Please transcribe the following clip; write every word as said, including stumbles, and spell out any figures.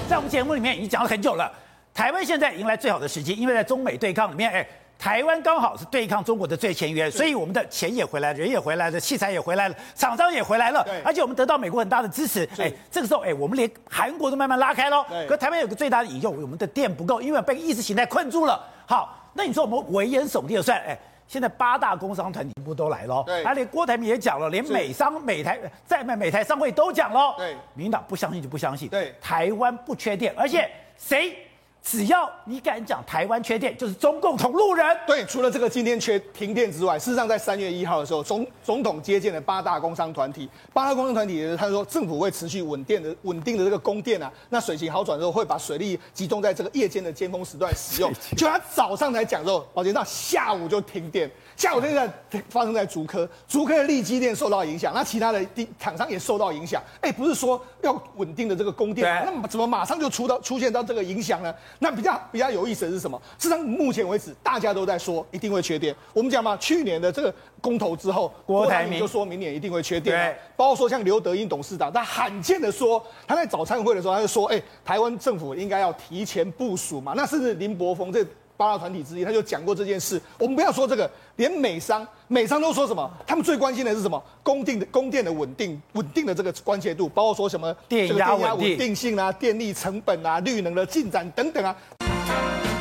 在我们节目里面已经讲了很久了，台湾现在迎来最好的时机，因为在中美对抗里面，哎，台湾刚好是对抗中国的最前沿，所以我们的钱也回来，人也回来了，器材也回来了，厂商也回来了，而且我们得到美国很大的支持，哎，这个时候，哎，我们连韩国都慢慢拉开喽。可台湾有个最大的隐忧，我们的电不够，因为被意识形态困住了。好，那你说我们危言耸听的算，哎。现在八大工商团体不都来了？对，而连郭台铭也讲了，连美商、美台在美美台商会都讲了。对，民进党不相信就不相信。对，台湾不缺电，而且谁只要你敢讲台湾缺电，就是中共同路人。 对，除了这个今天缺停电之外，事实上在三月一号的时候，总总统接见了八大工商团体。八大工商团体他说，政府会持续稳定的稳定的这个供电啊。那水情好转之后，会把水力集中在这个夜间的尖峰时段使用。就他早上才讲之后，保洁到下午就停电。下午现在发生在竹科，竹科的力积电受到影响，那其他的地厂商也受到影响。哎，不是说要稳定的这个供电，那么怎么马上就出到出现到这个影响呢？那比较比较有意思的是什么？事实上，目前为止大家都在说一定会缺电。我们讲嘛，去年的这个公投之后，郭台铭就说明年一定会缺电、啊，包括说像刘德英董事长，他罕见的说，他在早餐会的时候他就说，哎，台湾政府应该要提前部署嘛。那甚至林柏峰这八大团体之一，他就讲过这件事。我们不要说这个，连美商，美商都说什么？他们最关心的是什么？供电的供电的稳定，稳定的这个关切度，包括说什么电压稳定稳定性啊、电力成本啊、绿能的进展等等啊。